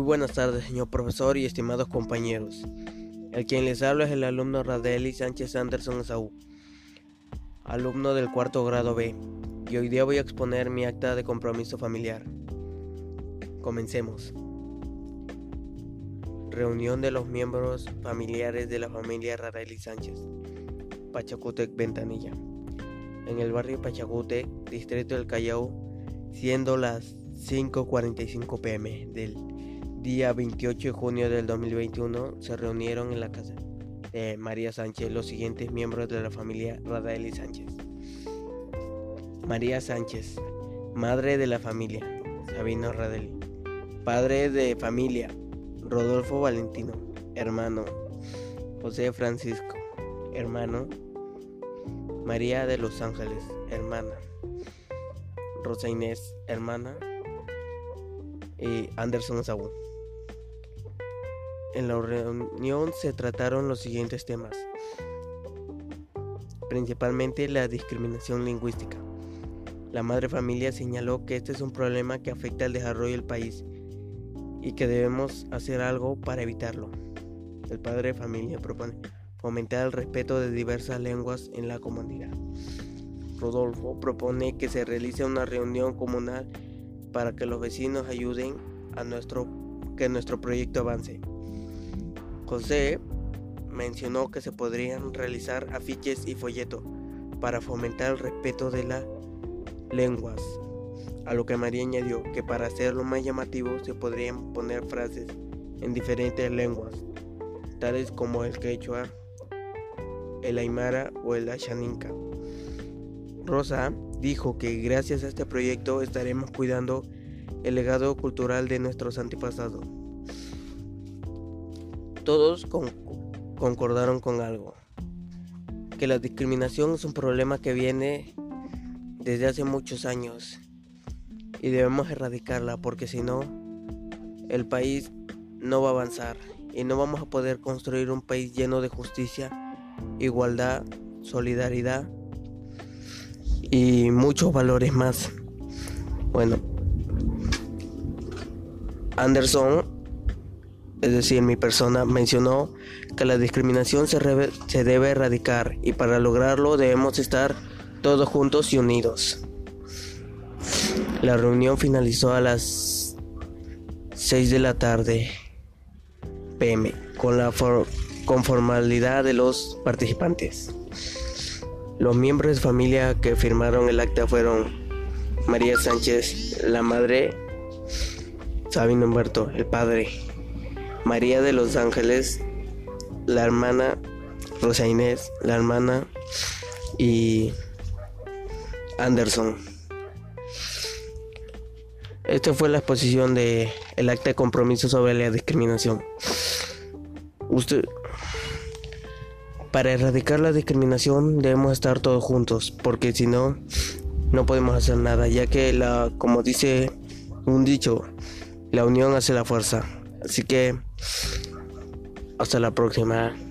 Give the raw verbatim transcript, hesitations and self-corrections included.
buenas tardes, señor profesor y estimados compañeros. El quien les habla es el alumno Radaeli Sánchez Anderson Esaú, alumno del cuarto grado B, y hoy día voy a exponer mi acta de compromiso familiar. Comencemos. Reunión de los miembros familiares de la familia Radaeli Sánchez, Pachacútec, Ventanilla, en el barrio Pachacútec, distrito del Callao, siendo las cinco cuarenta y cinco pm del día veintiocho de junio del dos mil veintiuno, se reunieron en la casa de María Sánchez los siguientes miembros de la familia Radaeli Sánchez. María Sánchez, madre de la familia, Sabino Radaeli. Padre de familia, Rodolfo Valentino. Hermano, José Francisco. Hermano, María de los Ángeles. Hermana, Rosa Inés. Hermana, y Anderson Esaú. En la reunión se trataron los siguientes temas, principalmente la discriminación lingüística. La madre familia señaló que este es un problema que afecta al desarrollo del país y que debemos hacer algo para evitarlo. El padre de familia propone fomentar el respeto de diversas lenguas en la comunidad. Rodolfo propone que se realice una reunión comunal para que los vecinos ayuden a nuestro, que nuestro proyecto avance. José mencionó que se podrían realizar afiches y folletos para fomentar el respeto de las lenguas, a lo que María añadió que para hacerlo más llamativo se podrían poner frases en diferentes lenguas, tales como el quechua, el aymara o el ashaninka. Rosa dijo que gracias a este proyecto estaremos cuidando el legado cultural de nuestros antepasados. Todos con, concordaron con algo, que la discriminación es un problema que viene desde hace muchos años y debemos erradicarla, porque si no, el país no va a avanzar y no vamos a poder construir un país lleno de justicia, igualdad, solidaridad y muchos valores más. Bueno, Anderson, es decir, mi persona, mencionó que la discriminación se, re- se debe erradicar y para lograrlo debemos estar todos juntos y unidos. La reunión finalizó a las seis de la tarde pm con la for- con formalidad de los participantes. Los miembros de familia que firmaron el acta fueron María Sánchez, la madre, Sabino Humberto, el padre, María de los Ángeles, la hermana, Rosa Inés, la hermana, y Anderson. Esta fue la exposición de el acta de compromiso sobre la discriminación. Usted, para erradicar la discriminación debemos estar todos juntos, porque si no, no podemos hacer nada, ya que la, como dice un dicho, la unión hace la fuerza. Así que hasta la próxima.